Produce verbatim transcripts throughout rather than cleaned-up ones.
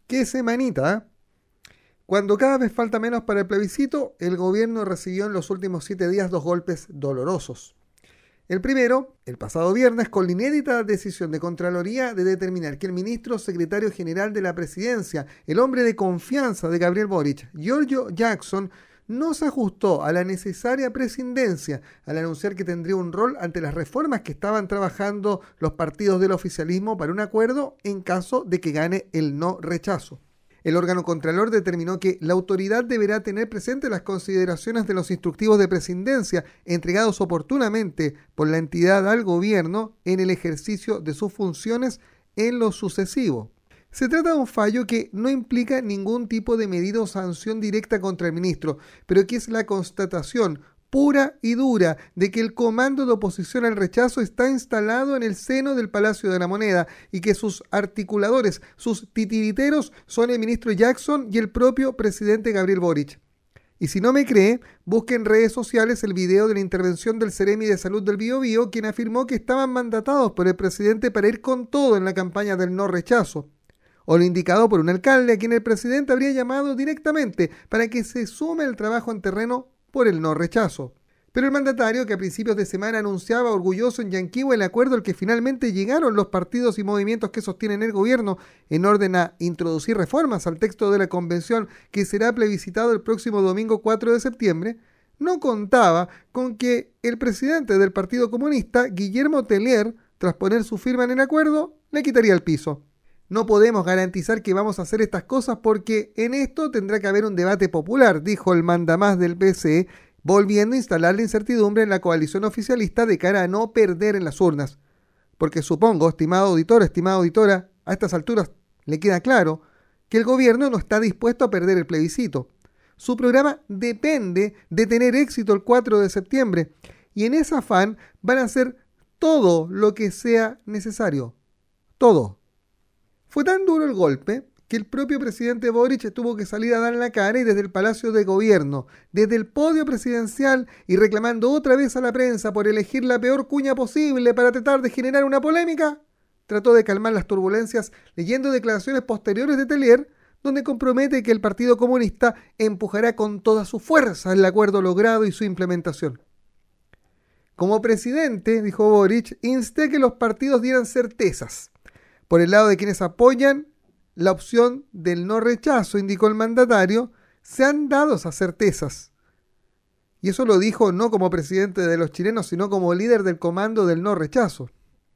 Qué semanita, ¿eh? Cuando cada vez falta menos para el plebiscito, el gobierno recibió en los últimos siete días dos golpes dolorosos. El primero, el pasado viernes, con la inédita decisión de Contraloría de determinar que el ministro secretario general de la presidencia, el hombre de confianza de Gabriel Boric, Giorgio Jackson, no se ajustó a la necesaria prescindencia al anunciar que tendría un rol ante las reformas que estaban trabajando los partidos del oficialismo para un acuerdo en caso de que gane el no rechazo. El órgano contralor determinó que la autoridad deberá tener presente las consideraciones de los instructivos de prescindencia entregados oportunamente por la entidad al gobierno en el ejercicio de sus funciones en lo sucesivo. Se trata de un fallo que no implica ningún tipo de medida o sanción directa contra el ministro, pero que es la constatación pura y dura de que el comando de oposición al rechazo está instalado en el seno del Palacio de la Moneda y que sus articuladores, sus titiriteros, son el ministro Jackson y el propio presidente Gabriel Boric. Y si no me cree, busque en redes sociales el video de la intervención del Seremi de Salud del Biobío, quien afirmó que estaban mandatados por el presidente para ir con todo en la campaña del no rechazo. O lo indicado por un alcalde a quien el presidente habría llamado directamente para que se sume al trabajo en terreno por el no rechazo. Pero el mandatario, que a principios de semana anunciaba orgulloso en Yanquihue el acuerdo al que finalmente llegaron los partidos y movimientos que sostienen el gobierno en orden a introducir reformas al texto de la convención que será plebiscitado el próximo domingo cuatro de septiembre, no contaba con que el presidente del Partido Comunista, Guillermo Tellier, tras poner su firma en el acuerdo, le quitaría el piso. No podemos garantizar que vamos a hacer estas cosas porque en esto tendrá que haber un debate popular, dijo el mandamás del P C E, volviendo a instalar la incertidumbre en la coalición oficialista de cara a no perder en las urnas. Porque supongo, estimado auditor, estimada auditora, a estas alturas le queda claro que el gobierno no está dispuesto a perder el plebiscito. Su programa depende de tener éxito el cuatro de septiembre y en ese afán van a hacer todo lo que sea necesario. Todo. Fue tan duro el golpe que el propio presidente Boric tuvo que salir a dar la cara y desde el Palacio de Gobierno, desde el podio presidencial y reclamando otra vez a la prensa por elegir la peor cuña posible para tratar de generar una polémica, trató de calmar las turbulencias leyendo declaraciones posteriores de Tellier, donde compromete que el Partido Comunista empujará con toda su fuerza el acuerdo logrado y su implementación. Como presidente, dijo Boric, insté que los partidos dieran certezas. Por el lado de quienes apoyan la opción del no rechazo, indicó el mandatario, se han dado esas certezas. Y eso lo dijo no como presidente de los chilenos, sino como líder del comando del no rechazo.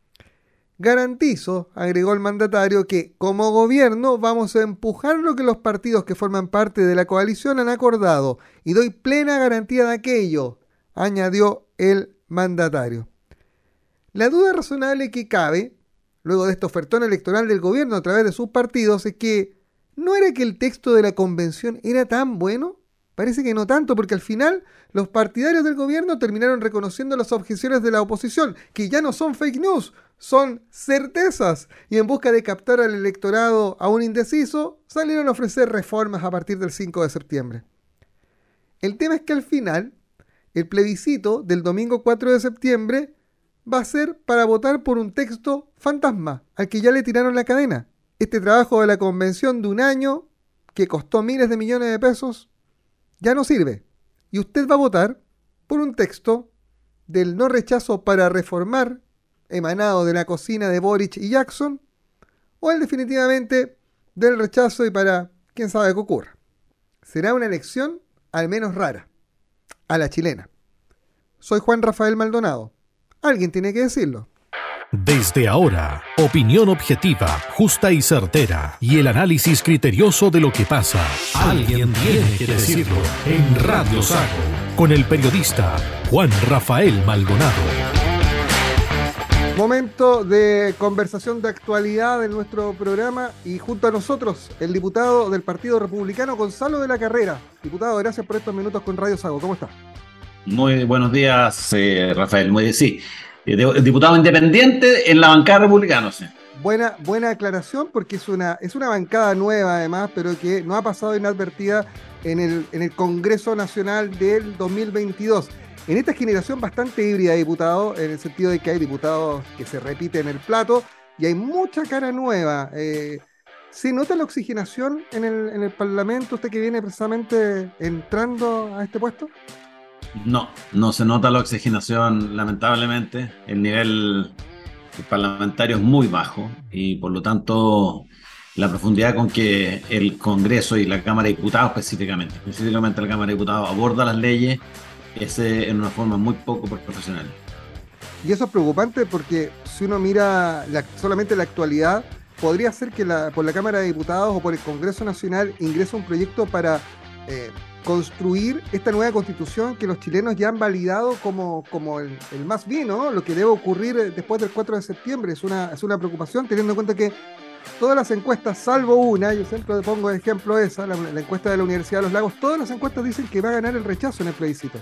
Garantizo, agregó el mandatario, que como gobierno vamos a empujar lo que los partidos que forman parte de la coalición han acordado y doy plena garantía de aquello, añadió el mandatario. La duda razonable que cabe luego de este ofertón electoral del gobierno a través de sus partidos, es que ¿no era que el texto de la convención era tan bueno? Parece que no tanto, porque al final los partidarios del gobierno terminaron reconociendo las objeciones de la oposición, que ya no son fake news, son certezas, y en busca de captar al electorado aún indeciso, salieron a ofrecer reformas a partir del cinco de septiembre. El tema es que al final, el plebiscito del domingo cuatro de septiembre va a ser para votar por un texto fantasma, al que ya le tiraron la cadena. Este trabajo de la convención de un año, que costó miles de millones de pesos, ya no sirve. Y usted va a votar por un texto del no rechazo para reformar, emanado de la cocina de Boric y Jackson, o el definitivamente del rechazo y para quién sabe qué ocurra. Será una elección al menos rara, a la chilena. Soy Juan Rafael Maldonado. Alguien tiene que decirlo. Desde ahora, opinión objetiva, justa y certera, y el análisis criterioso de lo que pasa. Alguien tiene que decirlo. En Radio Sago, con el periodista Juan Rafael Maldonado. Momento de conversación de actualidad en nuestro programa y junto a nosotros el diputado del Partido Republicano, Gonzalo de la Carrera. Diputado, gracias por estos minutos con Radio Sago. ¿Cómo está? Muy buenos días, eh, Rafael. Muy sí, eh, de, diputado independiente en la bancada republicana. Sí. Buena, buena aclaración, porque es una, es una bancada nueva además, pero que no ha pasado inadvertida en el, en el Congreso Nacional del dos mil veintidós. En esta generación bastante híbrida, diputado, en el sentido de que hay diputados que se repiten el plato y hay mucha cara nueva. Eh, ¿Se nota la oxigenación en el, en el Parlamento, usted que viene precisamente entrando a este puesto? No, no se nota la oxigenación, lamentablemente. El nivel parlamentario es muy bajo y por lo tanto la profundidad con que el Congreso y la Cámara de Diputados específicamente, específicamente la Cámara de Diputados aborda las leyes es eh, en una forma muy poco profesional. Y eso es preocupante porque si uno mira la, solamente la actualidad, podría ser que la, por la Cámara de Diputados o por el Congreso Nacional ingrese un proyecto para eh, construir esta nueva constitución que los chilenos ya han validado como, como el, el más bien, ¿no? Lo que debe ocurrir después del cuatro de septiembre. Es una, es una preocupación, teniendo en cuenta que todas las encuestas, salvo una, yo siempre pongo de ejemplo esa, la, la encuesta de la Universidad de los Lagos, todas las encuestas dicen que va a ganar el rechazo en el plebiscito.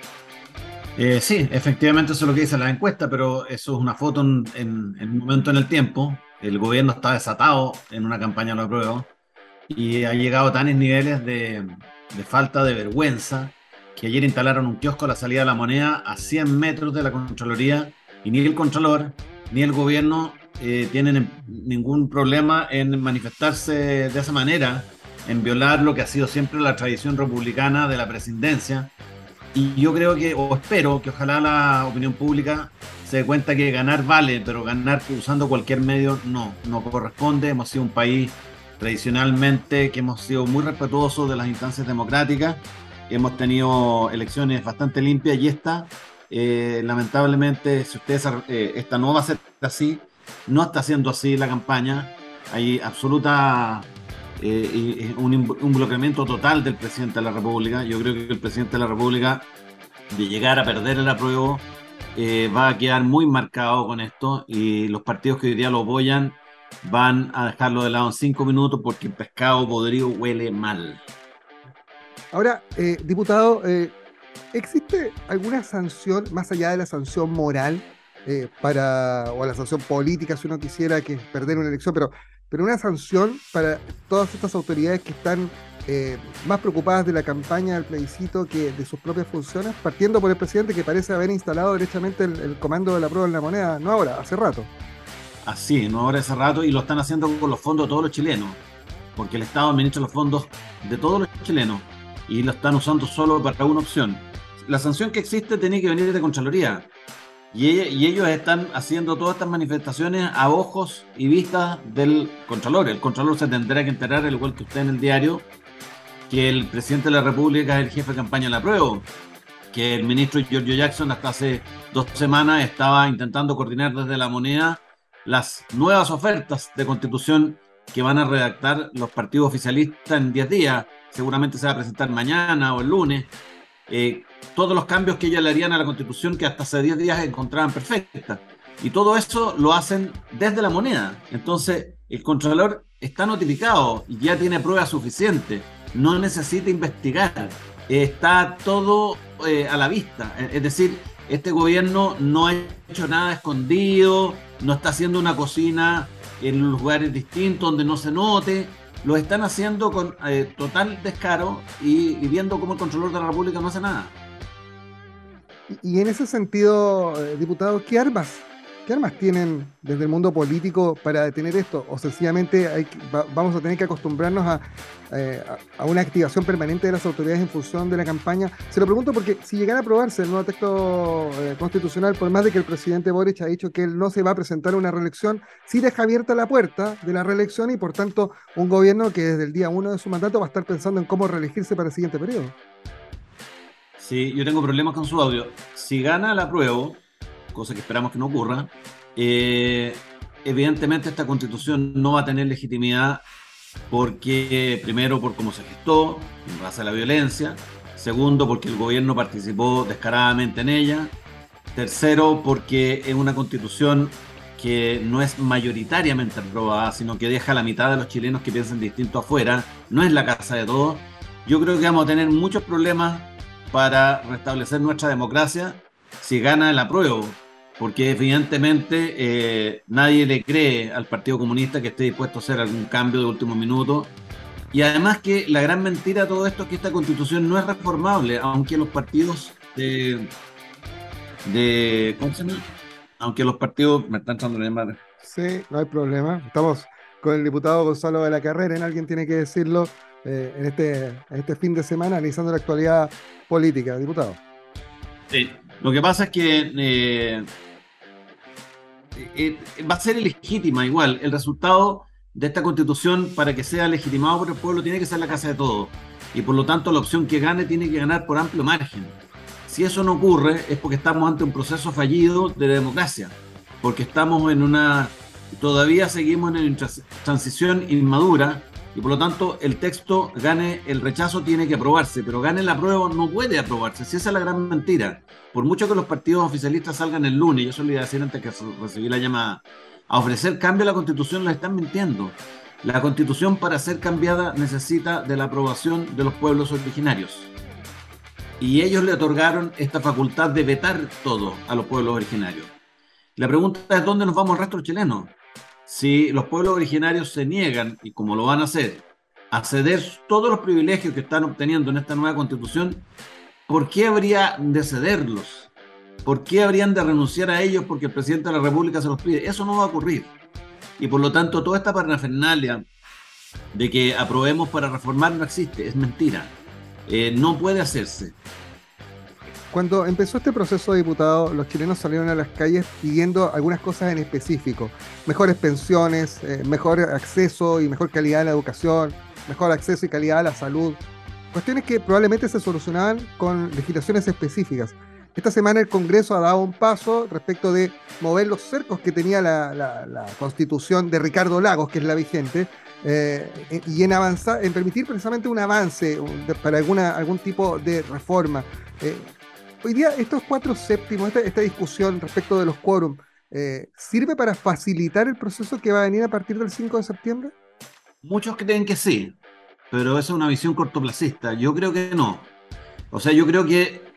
Eh, sí, efectivamente eso es lo que dice la encuesta, pero eso es una foto en, en, en un momento en el tiempo. El gobierno está desatado en una campaña de apruebo y ha llegado a tales niveles de, de falta de vergüenza que ayer instalaron un kiosco a la salida de La Moneda a cien metros de la Contraloría y ni el Contralor ni el gobierno eh, tienen ningún problema en manifestarse de esa manera, en violar lo que ha sido siempre la tradición republicana de la presidencia. Y yo creo que, o espero que ojalá la opinión pública se dé cuenta que ganar vale, pero ganar usando cualquier medio no, no corresponde. Hemos sido un país tradicionalmente que hemos sido muy respetuosos de las instancias democráticas, hemos tenido elecciones bastante limpias y esta, eh, lamentablemente, si ustedes, eh, esta no va a ser así, no está siendo así la campaña, hay absoluta... Eh, un involucramiento total del presidente de la República. Yo creo que el presidente de la República, de llegar a perder el apruebo, eh, va a quedar muy marcado con esto y los partidos que hoy día lo apoyan van a dejarlo de lado en cinco minutos porque el pescado podrido huele mal. Ahora, eh, diputado, eh, ¿existe alguna sanción más allá de la sanción moral eh, para, o la sanción política si uno quisiera, que es perder una elección, pero pero una sanción para todas estas autoridades que están eh, más preocupadas de la campaña del plebiscito que de sus propias funciones, partiendo por el presidente que parece haber instalado derechamente el, el comando de la prueba en La Moneda, no ahora, hace rato? Así, no ahora, hace rato, y lo están haciendo con los fondos de todos los chilenos, porque el Estado administra los fondos de todos los chilenos y lo están usando solo para una opción. La sanción que existe tiene que venir de Contraloría. Y, y ellos están haciendo todas estas manifestaciones a ojos y vistas del Contralor. El Contralor se tendrá que enterar, al igual que usted en el diario, que el presidente de la República es el jefe de campaña de la prueba, que el ministro Giorgio Jackson hasta hace dos semanas estaba intentando coordinar desde La Moneda las nuevas ofertas de constitución que van a redactar los partidos oficialistas en diez días. Seguramente se va a presentar mañana o el lunes. Eh, todos los cambios que ellos le harían a la Constitución que hasta hace diez días encontraban perfecta. Y todo eso lo hacen desde La Moneda. Entonces, el Contralor está notificado y ya tiene pruebas suficientes. No necesita investigar. Eh, está todo eh, a la vista. Es decir, este gobierno no ha hecho nada escondido, no está haciendo una cocina en lugares distintos donde no se note. Lo están haciendo con eh, total descaro y, y viendo cómo el Contralor de la República no hace nada. Y, y en ese sentido, eh, diputado, ¿qué armas, qué armas tienen desde el mundo político para detener esto? ¿O sencillamente hay que, va, vamos a tener que acostumbrarnos a, eh, a, a una activación permanente de las autoridades en función de la campaña? Se lo pregunto porque si llegara a aprobarse el nuevo texto eh, constitucional, por más de que el presidente Boric ha dicho que él no se va a presentar a una reelección, sí deja abierta la puerta de la reelección y por tanto un gobierno que desde el día uno de su mandato va a estar pensando en cómo reelegirse para el siguiente periodo. Sí, yo tengo problemas con su audio. Si gana el apruebo, cosa que esperamos que no ocurra, eh, evidentemente esta constitución no va a tener legitimidad porque, primero, por cómo se gestó, en base a la violencia; segundo, porque el gobierno participó descaradamente en ella; tercero, porque es una constitución que no es mayoritariamente aprobada, sino que deja a la mitad de los chilenos que piensan distinto afuera, no es la casa de todos. Yo creo que vamos a tener muchos problemas para restablecer nuestra democracia si gana el apruebo, porque evidentemente eh, nadie le cree al Partido Comunista que esté dispuesto a hacer algún cambio de último minuto. Y además que la gran mentira de todo esto es que esta constitución no es reformable, aunque los partidos de... de ¿cómo se llama? Aunque los partidos... me están echando la llamada. Sí, no hay problema. Estamos con el diputado Gonzalo de la Carrera, en Alguien Tiene que Decirlo, eh, en, este, en este fin de semana, analizando la actualidad política. Diputado. Sí, lo que pasa es que eh, eh, va a ser ilegítima igual. El resultado de esta constitución, para que sea legitimado por el pueblo, tiene que ser la casa de todos. Y por lo tanto, la opción que gane tiene que ganar por amplio margen. Si eso no ocurre, es porque estamos ante un proceso fallido de democracia. Porque estamos en una... Todavía seguimos en una transición inmadura y por lo tanto el texto gane, el rechazo tiene que aprobarse, pero gane el apruebo no puede aprobarse. Si esa es la gran mentira. Por mucho que los partidos oficialistas salgan el lunes, yo eso le iba a decir antes que recibí la llamada, a ofrecer cambio a la Constitución, les están mintiendo. La Constitución, para ser cambiada, necesita de la aprobación de los pueblos originarios. Y ellos le otorgaron esta facultad de vetar todo a los pueblos originarios. La pregunta es: ¿dónde nos vamos el resto de los chilenos? Si los pueblos originarios se niegan, y como lo van a hacer, a ceder todos los privilegios que están obteniendo en esta nueva Constitución, ¿por qué habrían de cederlos? ¿Por qué habrían de renunciar a ellos porque el presidente de la República se los pide? Eso no va a ocurrir. Y por lo tanto, toda esta parafernalia de que aprobemos para reformar no existe, es mentira. Eh, no puede hacerse. Cuando empezó este proceso, diputado, los chilenos salieron a las calles pidiendo algunas cosas en específico: mejores pensiones, eh, mejor acceso y mejor calidad a la educación, mejor acceso y calidad a la salud. Cuestiones que probablemente se solucionaban con legislaciones específicas. Esta semana el Congreso ha dado un paso respecto de mover los cercos que tenía la, la, la Constitución de Ricardo Lagos, que es la vigente, eh, y en avanzar, en permitir precisamente un avance de, para alguna, algún tipo de reforma. Eh, hoy día estos cuatro séptimos, esta, esta discusión respecto de los quórum, eh, ¿sirve para facilitar el proceso que va a venir a partir del cinco de septiembre? Muchos creen que sí, pero esa es una visión cortoplacista. Yo creo que no. O sea, yo creo que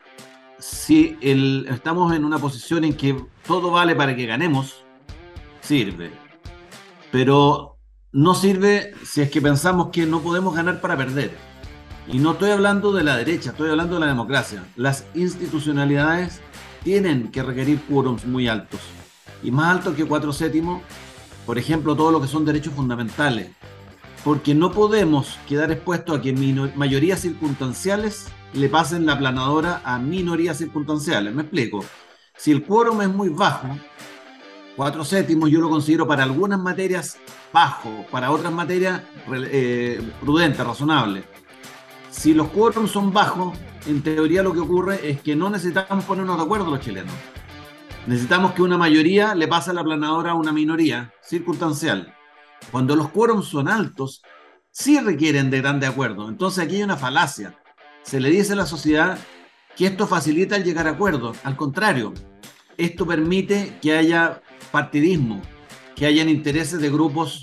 si el, estamos en una posición en que todo vale para que ganemos, sirve. Pero no sirve si es que pensamos que no podemos ganar para perder. Y no estoy hablando de la derecha, estoy hablando de la democracia. Las institucionalidades tienen que requerir quórums muy altos. Y más altos que cuatro séptimos, por ejemplo, todo lo que son derechos fundamentales. Porque no podemos quedar expuestos a que minor- mayorías circunstanciales le pasen la aplanadora a minorías circunstanciales. Me explico. Si el quórum es muy bajo, cuatro séptimos yo lo considero para algunas materias bajo, para otras materias eh, prudente, razonable. Si los quórums son bajos, en teoría lo que ocurre es que no necesitamos ponernos de acuerdo los chilenos. Necesitamos que una mayoría le pase la aplanadora a una minoría circunstancial. Cuando los quórums son altos, sí requieren de grande acuerdo. Entonces aquí hay una falacia. Se le dice a la sociedad que esto facilita el llegar a acuerdos. Al contrario, esto permite que haya partidismo, que hayan intereses de grupos,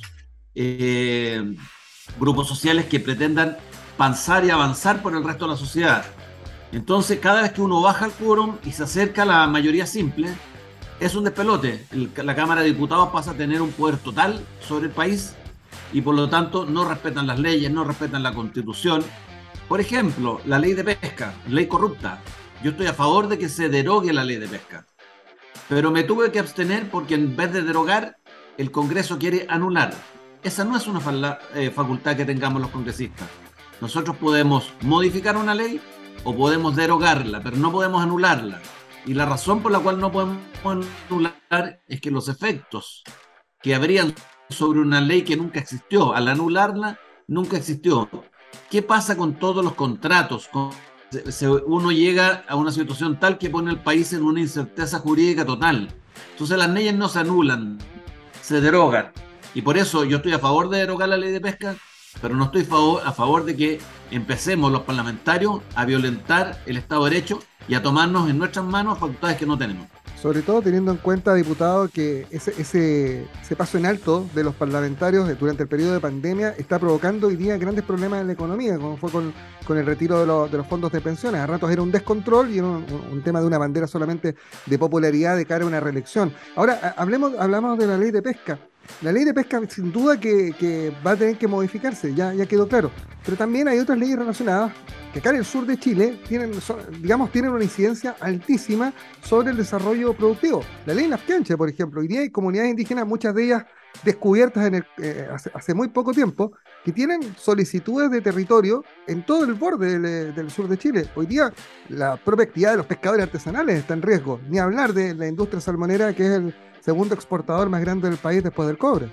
eh, grupos sociales que pretendan pasar y avanzar por el resto de la sociedad. Entonces, cada vez que uno baja el quórum y se acerca a la mayoría simple, es un despelote. El, la Cámara de Diputados pasa a tener un poder total sobre el país y por lo tanto no respetan las leyes, no respetan la Constitución. Por ejemplo, la ley de pesca, ley corrupta. Yo estoy a favor de que se derogue la ley de pesca, pero me tuve que abstener porque en vez de derogar, el Congreso quiere anular. Esa no es una fala, eh, facultad que tengamos los congresistas. Nosotros podemos modificar una ley o podemos derogarla, pero no podemos anularla. Y la razón por la cual no podemos anular es que los efectos que habrían sobre una ley que nunca existió, al anularla, nunca existió. ¿Qué pasa con todos los contratos? Uno llega a una situación tal que pone al país en una incerteza jurídica total. Entonces las leyes no se anulan, se derogan. Y por eso yo estoy a favor de derogar la ley de pesca, pero no estoy a favor de que empecemos los parlamentarios a violentar el Estado de Derecho y a tomarnos en nuestras manos facultades que no tenemos. Sobre todo teniendo en cuenta, diputado, que ese, ese, ese paso en alto de los parlamentarios durante el periodo de pandemia está provocando hoy día grandes problemas en la economía, como fue con, con el retiro de, lo, de los fondos de pensiones. A ratos era un descontrol y era un, un tema de una bandera solamente de popularidad de cara a una reelección. Ahora, hablemos, hablamos de la ley de pesca. La ley de pesca sin duda que, que va a tener que modificarse, ya, ya quedó claro. Pero también hay otras leyes relacionadas que acá en el sur de Chile tienen, digamos, tienen una incidencia altísima sobre el desarrollo productivo. La ley Lafkenche, por ejemplo, hoy día hay comunidades indígenas, muchas de ellas descubiertas en el, eh, hace, hace muy poco tiempo, que tienen solicitudes de territorio en todo el borde del, del sur de Chile. Hoy día la propia actividad de los pescadores artesanales está en riesgo, ni hablar de la industria salmonera, que es el segundo exportador más grande del país después del cobre.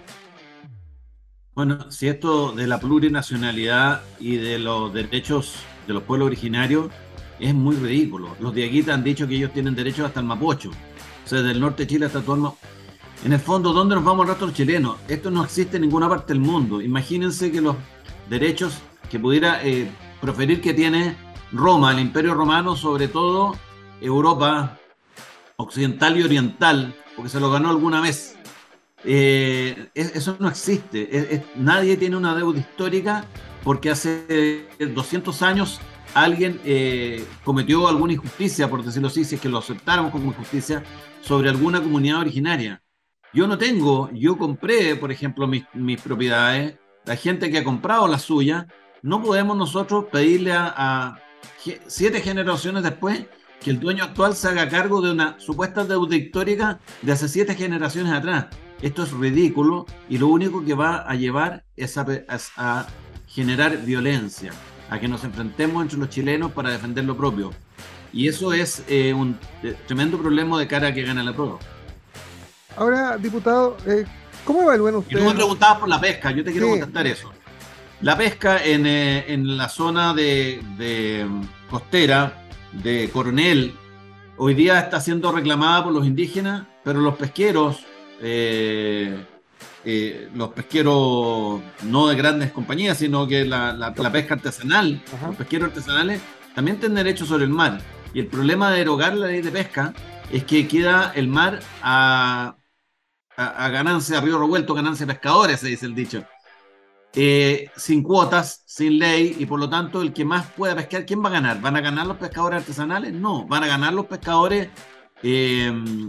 Bueno, si esto de la plurinacionalidad y de los derechos de los pueblos originarios es muy ridículo. Los diaguitas han dicho que ellos tienen derechos hasta el mapocho, o sea, del norte de Chile hasta todo el... Ma- En el fondo, ¿dónde nos vamos el resto de los chilenos? Esto no existe en ninguna parte del mundo. Imagínense que los derechos que pudiera eh, proferir que tiene Roma, el Imperio Romano, sobre todo Europa occidental y oriental, porque se lo ganó alguna vez. Eh, es, eso no existe. Es, es, nadie tiene una deuda histórica porque hace doscientos años alguien eh, cometió alguna injusticia, por decirlo así, si es que lo aceptáramos como injusticia, sobre alguna comunidad originaria. Yo no tengo, yo compré, por ejemplo, mis, mis propiedades, la gente que ha comprado las suyas, no podemos nosotros pedirle a, a siete generaciones después que el dueño actual se haga cargo de una supuesta deuda histórica de hace siete generaciones atrás. Esto es ridículo y lo único que va a llevar es a, a, a generar violencia, a que nos enfrentemos entre los chilenos para defender lo propio. Y eso es eh, un eh, tremendo problema de cara a que gane la prueba. Ahora, diputado, eh, ¿cómo evalúan ustedes? Y tú me preguntabas por la pesca, yo te quiero sí. contestar eso. La pesca en, eh, en la zona de, de costera de Coronel hoy día está siendo reclamada por los indígenas, pero los pesqueros, eh, eh, los pesqueros no de grandes compañías, sino que la, la, la pesca artesanal, Ajá. los pesqueros artesanales también tienen derecho sobre el mar. Y el problema de derogar la ley de pesca es que queda el mar a... A, a ganancia, a río revuelto, ganancia de pescadores, se dice el dicho. Eh, sin cuotas, sin ley, y por lo tanto el que más pueda pescar, ¿quién va a ganar? ¿Van a ganar los pescadores artesanales? No. ¿Van a ganar los pescadores eh,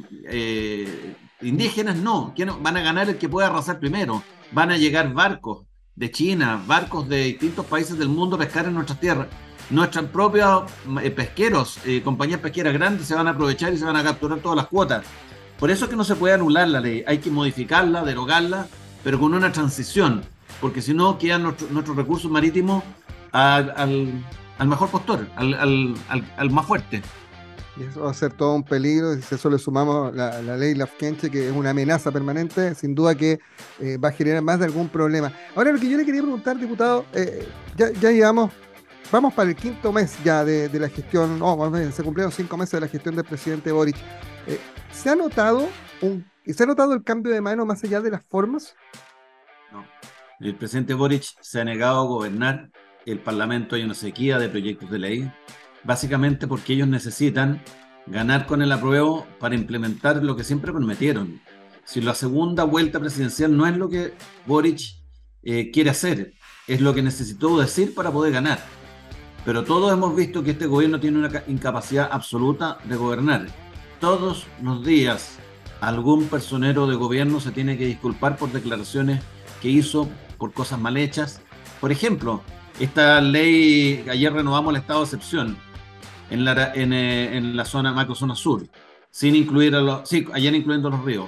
eh, indígenas? No. ¿Quién, van a ganar el que pueda arrasar primero. Van a llegar barcos de China, barcos de distintos países del mundo a pescar en nuestras tierras. Nuestros propios eh, pesqueros, eh, compañías pesqueras grandes se van a aprovechar y se van a capturar todas las cuotas. Por eso es que no se puede anular la ley, hay que modificarla, derogarla, pero con una transición, porque si no quedan nuestro, nuestros recursos marítimos al, al, al mejor postor, al, al, al, al más fuerte. Y eso va a ser todo un peligro, y si eso le sumamos la, la ley Lafkenche, que es una amenaza permanente, sin duda que eh, va a generar más de algún problema. Ahora, lo que yo le quería preguntar, diputado, eh, ya, ya llevamos, vamos para el quinto mes ya de, de la gestión, oh, se cumplieron cinco meses de la gestión del presidente Boric. Eh, ¿Se ha notado un, ¿Se ha notado el cambio de mano más allá de las formas? No. El presidente Boric se ha negado a gobernar. El Parlamento hay una sequía de proyectos de ley, básicamente porque ellos necesitan ganar con el apruebo para implementar lo que siempre prometieron. Si la segunda vuelta presidencial no es lo que Boric eh, quiere hacer, es lo que necesitó decir para poder ganar. Pero todos hemos visto que este gobierno tiene una incapacidad absoluta de gobernar. Todos los días algún personero de gobierno se tiene que disculpar por declaraciones que hizo, por cosas mal hechas. Por ejemplo, esta ley, ayer renovamos el estado de excepción en la, en, en la zona, macrozona sur, sin incluir a los, sí, ayer incluyendo los ríos.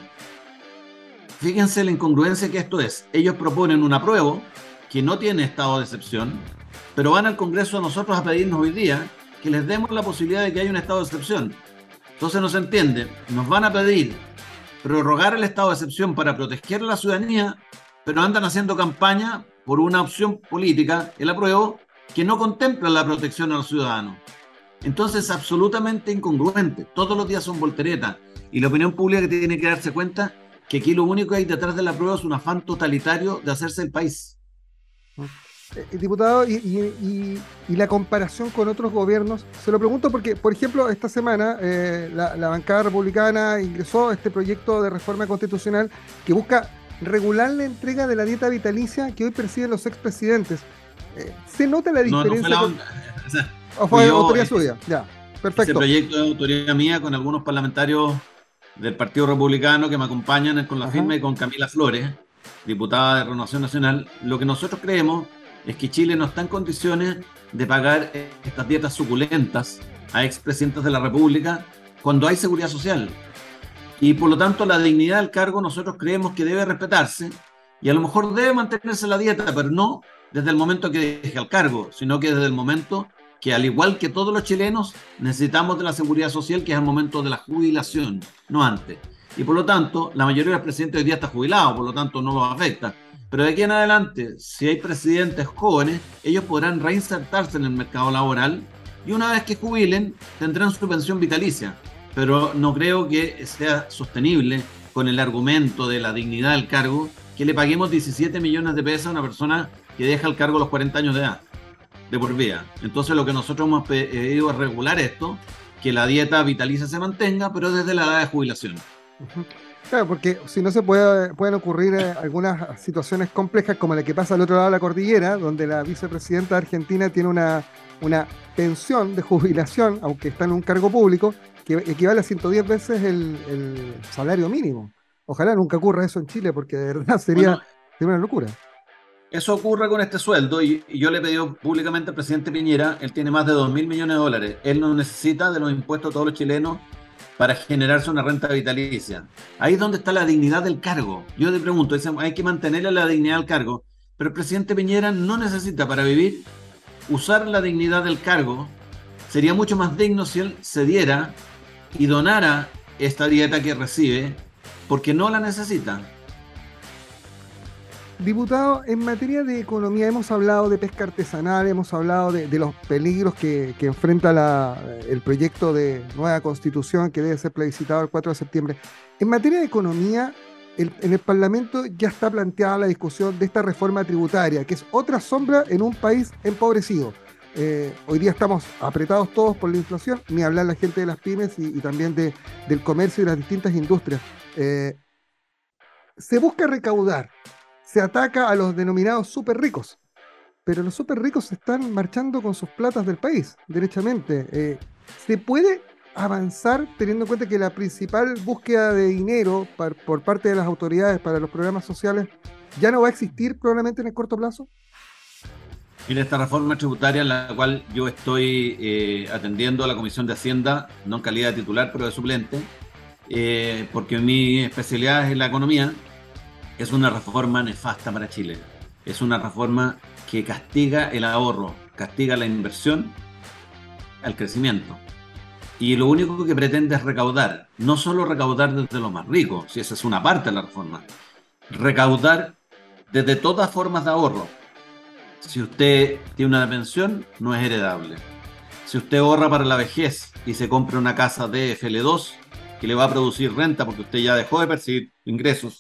Fíjense la incongruencia que esto es. Ellos proponen un apruebo que no tiene estado de excepción, pero van al Congreso a nosotros a pedirnos hoy día que les demos la posibilidad de que haya un estado de excepción. Entonces no se entiende, nos van a pedir prorrogar el estado de excepción para proteger a la ciudadanía, pero andan haciendo campaña por una opción política, el apruebo, que no contempla la protección a los ciudadanos. Entonces es absolutamente incongruente, todos los días son volteretas, y la opinión pública tiene que darse cuenta que aquí lo único que hay detrás del apruebo es un afán totalitario de hacerse el país. Eh, diputado, y, y, y, y la comparación con otros gobiernos, se lo pregunto porque, por ejemplo, esta semana eh, la, la bancada republicana ingresó este proyecto de reforma constitucional que busca regular la entrega de la dieta vitalicia que hoy perciben los expresidentes. Eh, ¿Se nota la diferencia? No, no fue la con... o sea, ¿O fue yo, autoría ese, suya? Ya, perfecto. Ese proyecto de autoría mía con algunos parlamentarios del Partido Republicano que me acompañan con la Ajá. firma y con Camila Flores, diputada de Renovación Nacional. Lo que nosotros creemos es que Chile no está en condiciones de pagar estas dietas suculentas a expresidentes de la República cuando hay seguridad social. Y por lo tanto la dignidad del cargo nosotros creemos que debe respetarse y a lo mejor debe mantenerse la dieta, pero no desde el momento que deje el cargo, sino que desde el momento que, al igual que todos los chilenos, necesitamos de la seguridad social, que es el momento de la jubilación, no antes. Y por lo tanto, la mayoría de los presidentes hoy día está jubilado, por lo tanto no los afecta. Pero de aquí en adelante, si hay presidentes jóvenes, ellos podrán reinsertarse en el mercado laboral y una vez que jubilen, tendrán su pensión vitalicia. Pero no creo que sea sostenible con el argumento de la dignidad del cargo que le paguemos diecisiete millones de pesos a una persona que deja el cargo a los cuarenta años de edad, de por vida. Entonces lo que nosotros hemos pedido es regular esto, que la dieta vitalicia se mantenga, pero desde la edad de jubilación. Uh-huh. Claro, porque si no se puede, pueden ocurrir eh, algunas situaciones complejas como la que pasa al otro lado de la cordillera, donde la vicepresidenta de Argentina tiene una, una pensión de jubilación, aunque está en un cargo público, que equivale a ciento diez veces el, el salario mínimo. Ojalá nunca ocurra eso en Chile, porque de verdad sería, bueno, sería una locura. Eso ocurre con este sueldo y, y yo le he pedido públicamente al presidente Piñera, él tiene más de dos mil millones de dólares, él no necesita de los impuestos de todos los chilenos para generarse una renta vitalicia. Ahí es donde está la dignidad del cargo. Yo te pregunto, dicen, hay que mantenerle la dignidad del cargo, pero el presidente Piñera no necesita para vivir usar la dignidad del cargo. Sería mucho más digno si él cediera y donara esta dieta que recibe, porque no la necesita. Diputado, en materia de economía hemos hablado de pesca artesanal, hemos hablado de, de los peligros que, que enfrenta la, el proyecto de nueva constitución que debe ser plebiscitado el cuatro de septiembre. En materia de economía, el, en el Parlamento ya está planteada la discusión de esta reforma tributaria, que es otra sombra en un país empobrecido. Eh, hoy día estamos apretados todos por la inflación, ni hablar la gente de las pymes y, y también de, del comercio y las distintas industrias. Eh, se busca recaudar. Se ataca a los denominados súper ricos, pero los súper ricos se están marchando con sus platas del país, derechamente. Eh, ¿Se puede avanzar teniendo en cuenta que la principal búsqueda de dinero par, por parte de las autoridades para los programas sociales ya no va a existir probablemente en el corto plazo? Mira, esta reforma tributaria en la cual yo estoy eh, atendiendo a la Comisión de Hacienda, no en calidad de titular, pero de suplente, eh, porque mi especialidad es la economía. Es una reforma nefasta para Chile. Es una reforma que castiga el ahorro, castiga la inversión, el crecimiento. Y lo único que pretende es recaudar, no solo recaudar desde los más ricos, si esa es una parte de la reforma, recaudar desde todas formas de ahorro. Si usted tiene una pensión, no es heredable. Si usted ahorra para la vejez y se compra una casa de F L dos que le va a producir renta porque usted ya dejó de percibir ingresos,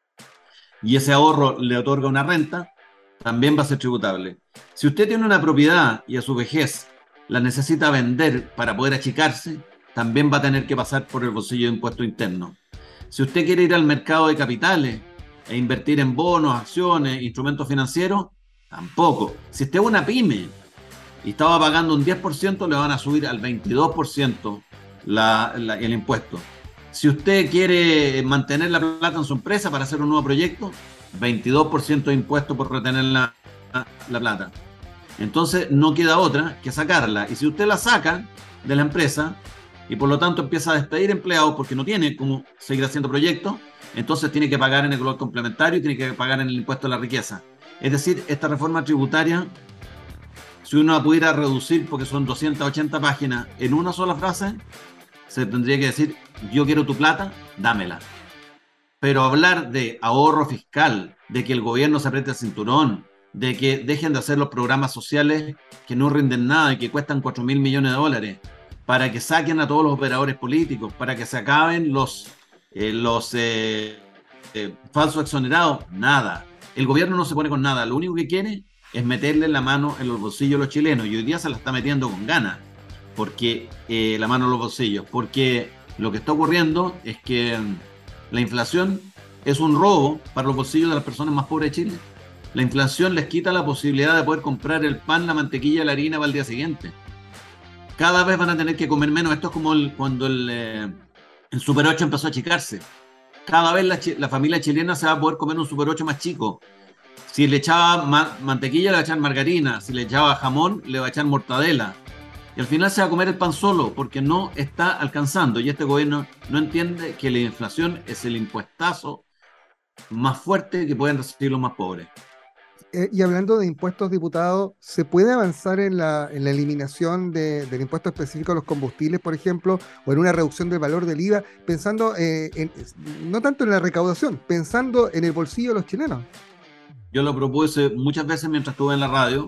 y ese ahorro le otorga una renta, también va a ser tributable. Si usted tiene una propiedad y a su vejez la necesita vender para poder achicarse, también va a tener que pasar por el bolsillo de impuesto interno. Si usted quiere ir al mercado de capitales e invertir en bonos, acciones, instrumentos financieros, tampoco. Si usted es una pyme y estaba pagando un diez por ciento, le van a subir al veintidós por ciento la, la, el impuesto. Si usted quiere mantener la plata en su empresa para hacer un nuevo proyecto, veintidós por ciento de impuesto por retener la, la plata. Entonces no queda otra que sacarla. Y si usted la saca de la empresa y por lo tanto empieza a despedir empleados porque no tiene cómo seguir haciendo proyectos, entonces tiene que pagar en el color complementario y tiene que pagar en el impuesto a la riqueza. Es decir, esta reforma tributaria, si uno la pudiera reducir, porque son doscientas ochenta páginas, en una sola frase, se tendría que decir: yo quiero tu plata, dámela. Pero hablar de ahorro fiscal, de que el gobierno se apriete el cinturón, de que dejen de hacer los programas sociales que no rinden nada y que cuestan cuatro mil millones de dólares, para que saquen a todos los operadores políticos, para que se acaben los, eh, los eh, eh, falsos exonerados, nada. El gobierno no se pone con nada, lo único que quiere es meterle la mano en los bolsillos a los chilenos, y hoy día se la está metiendo con ganas, porque eh, la mano en los bolsillos, porque lo que está ocurriendo es que la inflación es un robo para los bolsillos de las personas más pobres de Chile. La inflación les quita la posibilidad de poder comprar el pan, la mantequilla, la harina para el día siguiente. Cada vez van a tener que comer menos. Esto es como el, cuando el, eh, el Super ocho empezó a achicarse. Cada vez la, la familia chilena se va a poder comer un Super ocho más chico. Si le echaba ma mantequilla, le va a echar margarina. Si le echaba jamón, le va a echar mortadela. y al final se va a comer el pan solo porque no está alcanzando. Y este gobierno no entiende que la inflación es el impuestazo más fuerte que pueden recibir los más pobres. Eh, y hablando de impuestos, diputado, ¿se puede avanzar en la, en la eliminación de, del impuesto específico a los combustibles, por ejemplo, o en una reducción del valor del I V A, pensando eh, en, no tanto en la recaudación, pensando en el bolsillo de los chilenos? Yo lo propuse muchas veces mientras estuve en la radio,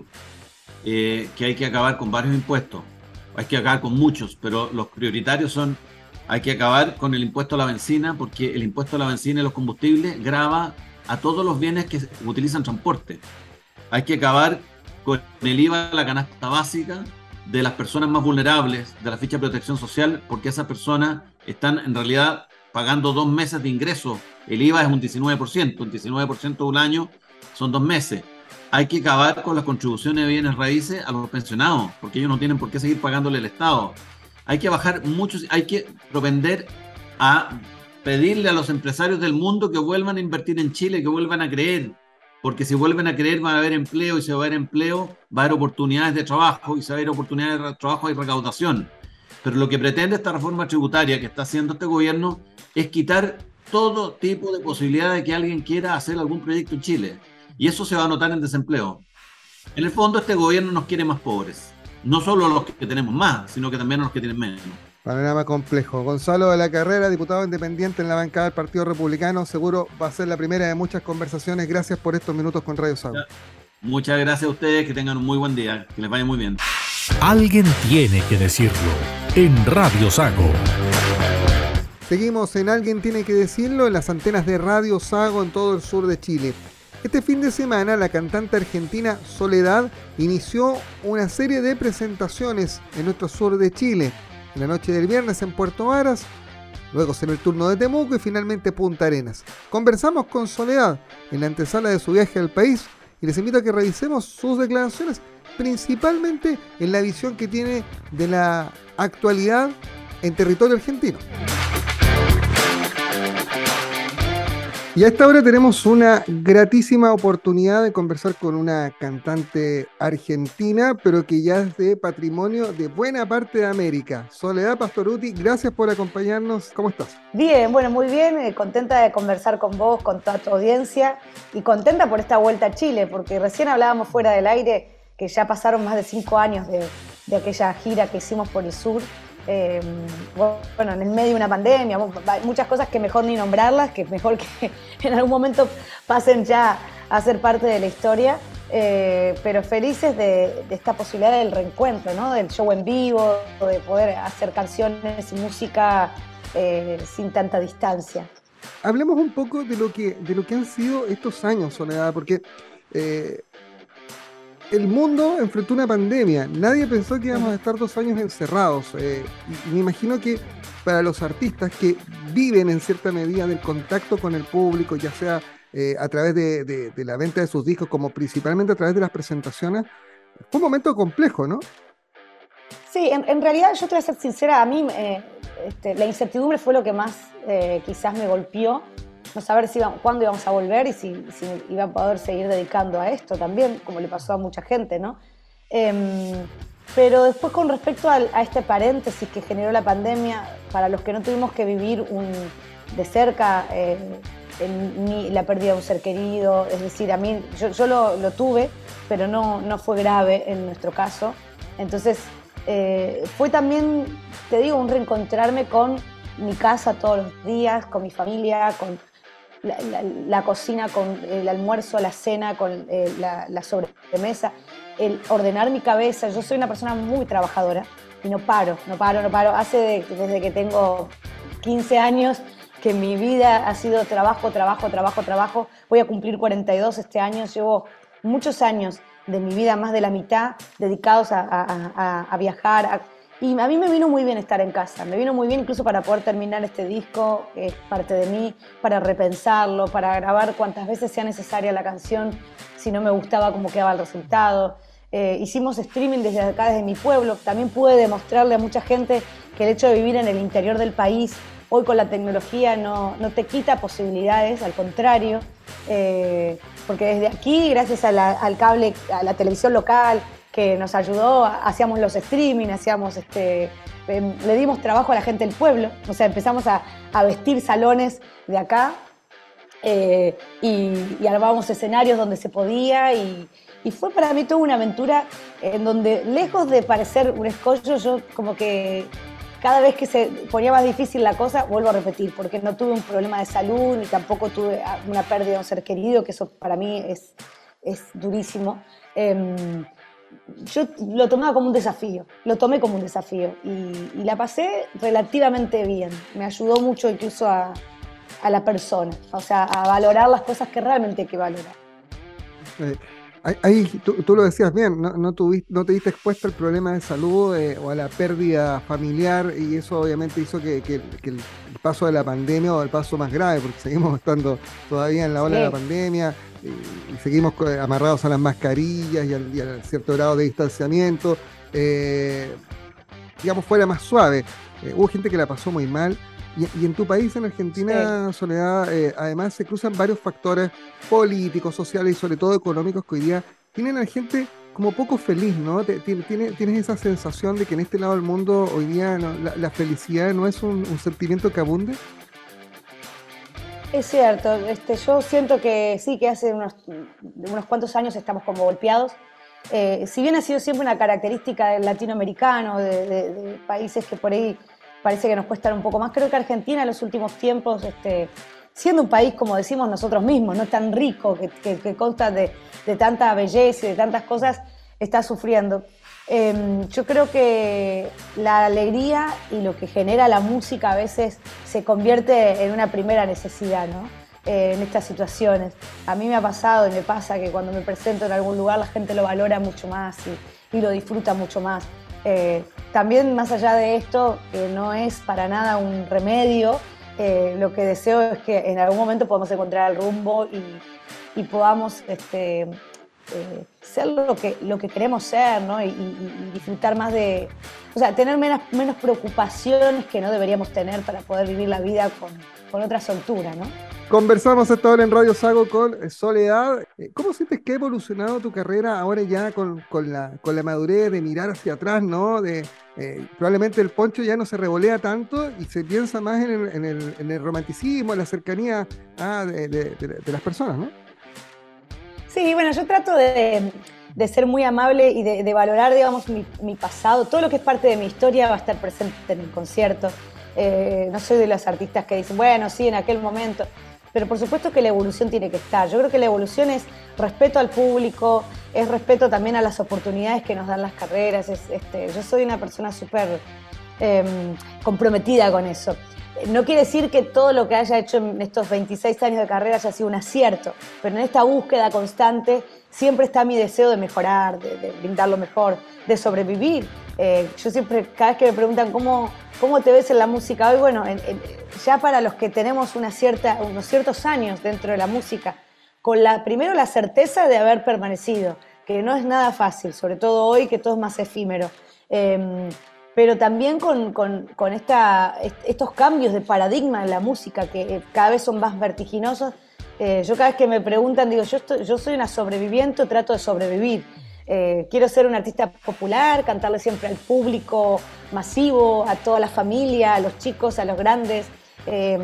eh, que hay que acabar con varios impuestos. Hay que acabar con muchos, pero los prioritarios son, hay que acabar con el impuesto a la benzina, porque el impuesto a la benzina y los combustibles grava a todos los bienes que utilizan transporte. Hay que acabar con el I V A a la canasta básica de las personas más vulnerables, de la ficha de protección social, porque esas personas están en realidad pagando dos meses de ingreso. El I V A es un diecinueve por ciento, un diecinueve por ciento de un año son dos meses. Hay que acabar con las contribuciones de bienes raíces a los pensionados, porque ellos no tienen por qué seguir pagándole al Estado. Hay que bajar muchos, hay que propender a pedirle a los empresarios del mundo que vuelvan a invertir en Chile, que vuelvan a creer, porque si vuelven a creer va a haber empleo, y si va a haber empleo va a haber oportunidades de trabajo, y si va a haber oportunidades de trabajo hay recaudación. Pero lo que pretende esta reforma tributaria que está haciendo este gobierno es quitar todo tipo de posibilidad de que alguien quiera hacer algún proyecto en Chile, y eso se va a notar en desempleo. En el fondo este gobierno nos quiere más pobres, no solo a los que tenemos más, sino que también a los que tienen menos. Panorama complejo. Gonzalo de la Carrera, diputado independiente en la bancada del Partido Republicano, seguro va a ser la primera de muchas conversaciones. Gracias por estos minutos con Radio Sago. Muchas gracias a ustedes, que tengan un muy buen día, que les vaya muy bien. Alguien tiene que decirlo en Radio Sago. Seguimos en Alguien tiene que decirlo en las antenas de Radio Sago en todo el sur de Chile. Este fin de semana la cantante argentina Soledad inició una serie de presentaciones en nuestro sur de Chile. En la noche del viernes en Puerto Varas, luego en el turno de Temuco y finalmente Punta Arenas. Conversamos con Soledad en la antesala de su viaje al país y les invito a que revisemos sus declaraciones, principalmente en la visión que tiene de la actualidad en territorio argentino. Y a esta hora tenemos una gratísima oportunidad de conversar con una cantante argentina, pero que ya es de patrimonio de buena parte de América. Soledad Pastorutti, gracias por acompañarnos. ¿Cómo estás? Bien, bueno, muy bien. Eh, contenta de conversar con vos, con toda tu audiencia, y contenta por esta vuelta a Chile, porque recién hablábamos fuera del aire que ya pasaron más de cinco años de, de aquella gira que hicimos por el sur. Eh, bueno, en el medio de una pandemia, hay muchas cosas que mejor ni nombrarlas, que mejor que en algún momento pasen ya a ser parte de la historia, eh, pero felices de, de esta posibilidad del reencuentro, ¿no? Del show en vivo, de poder hacer canciones y música eh, sin tanta distancia. Hablemos un poco de lo que, de lo que han sido estos años, Soledad, porque eh, el mundo enfrentó una pandemia. Nadie pensó que íbamos a estar dos años encerrados. Eh, y me imagino que para los artistas que viven en cierta medida del contacto con el público, ya sea eh, a través de, de, de la venta de sus discos, como principalmente a través de las presentaciones, fue un momento complejo, ¿no? Sí, en, en realidad yo te voy a ser sincera, a mí eh, este, la incertidumbre fue lo que más eh, quizás me golpeó. No saber si iba, cuándo íbamos a volver y si, si iba a poder seguir dedicando a esto también, como le pasó a mucha gente, ¿no? Eh, pero después, con respecto a, a este paréntesis que generó la pandemia, para los que no tuvimos que vivir un, de cerca eh, en, ni la pérdida de un ser querido, es decir, a mí, yo, yo lo, lo tuve, pero no, no fue grave en nuestro caso. Entonces, eh, fue también, te digo, un reencontrarme con mi casa todos los días, con mi familia, con La, la, la cocina, con el almuerzo, la cena, con eh, la, la sobremesa, el ordenar mi cabeza. Yo soy una persona muy trabajadora y no paro, no paro, no paro. Hace de, desde que tengo quince años que mi vida ha sido trabajo, trabajo, trabajo, trabajo. Voy a cumplir cuarenta y dos este año. Llevo muchos años de mi vida, más de la mitad, dedicados a, a, a, a viajar, a, y a mí me vino muy bien estar en casa, me vino muy bien incluso para poder terminar este disco, que es parte de mí, para repensarlo, para grabar cuantas veces sea necesaria la canción, si no me gustaba cómo quedaba el resultado. Eh, hicimos streaming desde acá, desde mi pueblo. También pude demostrarle a mucha gente que el hecho de vivir en el interior del país, hoy con la tecnología, no, no te quita posibilidades, al contrario. eh, porque desde aquí, gracias a la, al cable, a la televisión local que nos ayudó, hacíamos los streaming, hacíamos este, eh, le dimos trabajo a la gente del pueblo, o sea, empezamos a, a vestir salones de acá eh, y, y armábamos escenarios donde se podía y, y fue para mí toda una aventura en donde, lejos de parecer un escollo, yo como que cada vez que se ponía más difícil la cosa, vuelvo a repetir, porque no tuve un problema de salud, ni tampoco tuve una pérdida de un ser querido, que eso para mí es, es durísimo. Eh, yo lo tomaba como un desafío, lo tomé como un desafío y, y la pasé relativamente bien. Me ayudó mucho incluso a, a la persona, o sea, a valorar las cosas que realmente hay que valorar. Eh. Ahí tú, tú lo decías bien, no, no, tuviste, no te diste expuesta al problema de salud eh, o a la pérdida familiar y eso obviamente hizo que, que, que el paso de la pandemia o el paso más grave, porque seguimos estando todavía en la ola sí. de la pandemia y, y seguimos amarrados a las mascarillas y al, y al cierto grado de distanciamiento, eh, digamos fuera más suave. Eh, hubo gente que la pasó muy mal. Y, y en tu país, en Argentina, sí. Soledad, eh, además se cruzan varios factores políticos, sociales y sobre todo económicos que hoy día tienen a la gente como poco feliz, ¿no? Tienes, tienes esa sensación de que en este lado del mundo hoy día no, la, la felicidad no es un, un sentimiento que abunde. Es cierto, este, yo siento que sí, que hace unos, unos cuantos años estamos como golpeados. Eh, si bien ha sido siempre una característica del latinoamericano, de, de, de países que por ahí parece que nos cuestan un poco más. Creo que Argentina en los últimos tiempos, este, siendo un país, como decimos nosotros mismos, no tan rico, que, que, que consta de, de tanta belleza y de tantas cosas, está sufriendo. Eh, yo creo que la alegría y lo que genera la música a veces se convierte en una primera necesidad, ¿no? Eh, en estas situaciones. A mí me ha pasado y me pasa que cuando me presento en algún lugar la gente lo valora mucho más y, y lo disfruta mucho más. Eh, también más allá de esto, que no es para nada un remedio, eh, lo que deseo es que en algún momento podamos encontrar el rumbo y, y podamos este, eh, ser lo que, lo que queremos ser, ¿no? y, y, y disfrutar más de, o sea, tener menos, menos preocupaciones que no deberíamos tener para poder vivir la vida con, con otra soltura, ¿no? Conversamos esta hora en Radio Sago con Soledad. ¿Cómo sientes que ha evolucionado tu carrera ahora ya con, con, la, con la madurez de mirar hacia atrás, ¿no? De, eh, probablemente el poncho ya no se revolea tanto y se piensa más en el, en el, en el romanticismo, en la cercanía ah, de, de, de, de las personas, ¿no? Sí, bueno, yo trato de, de ser muy amable y de, de valorar, digamos, mi, mi pasado. Todo lo que es parte de mi historia va a estar presente en el concierto. Eh, no soy de los artistas que dicen, bueno, sí, en aquel momento... Pero por supuesto que la evolución tiene que estar. Yo creo que la evolución es respeto al público, es respeto también a las oportunidades que nos dan las carreras. Es, este, yo soy una persona súper eh, comprometida con eso. No quiere decir que todo lo que haya hecho en estos veintiséis años de carrera haya sido un acierto, pero en esta búsqueda constante siempre está mi deseo de mejorar, de, de brindar lo mejor, de sobrevivir. Eh, yo siempre, cada vez que me preguntan cómo, cómo te ves en la música hoy, bueno, en, en, ya para los que tenemos una cierta, unos ciertos años dentro de la música, con la, primero la certeza de haber permanecido, que no es nada fácil, sobre todo hoy que todo es más efímero. Eh, pero también con, con, con esta, estos cambios de paradigma en la música que cada vez son más vertiginosos. Eh, yo cada vez que me preguntan, digo, yo, estoy, yo soy una sobreviviente, trato de sobrevivir. Eh, quiero ser una artista popular, cantarle siempre al público masivo, a toda la familia, a los chicos, a los grandes. Eh,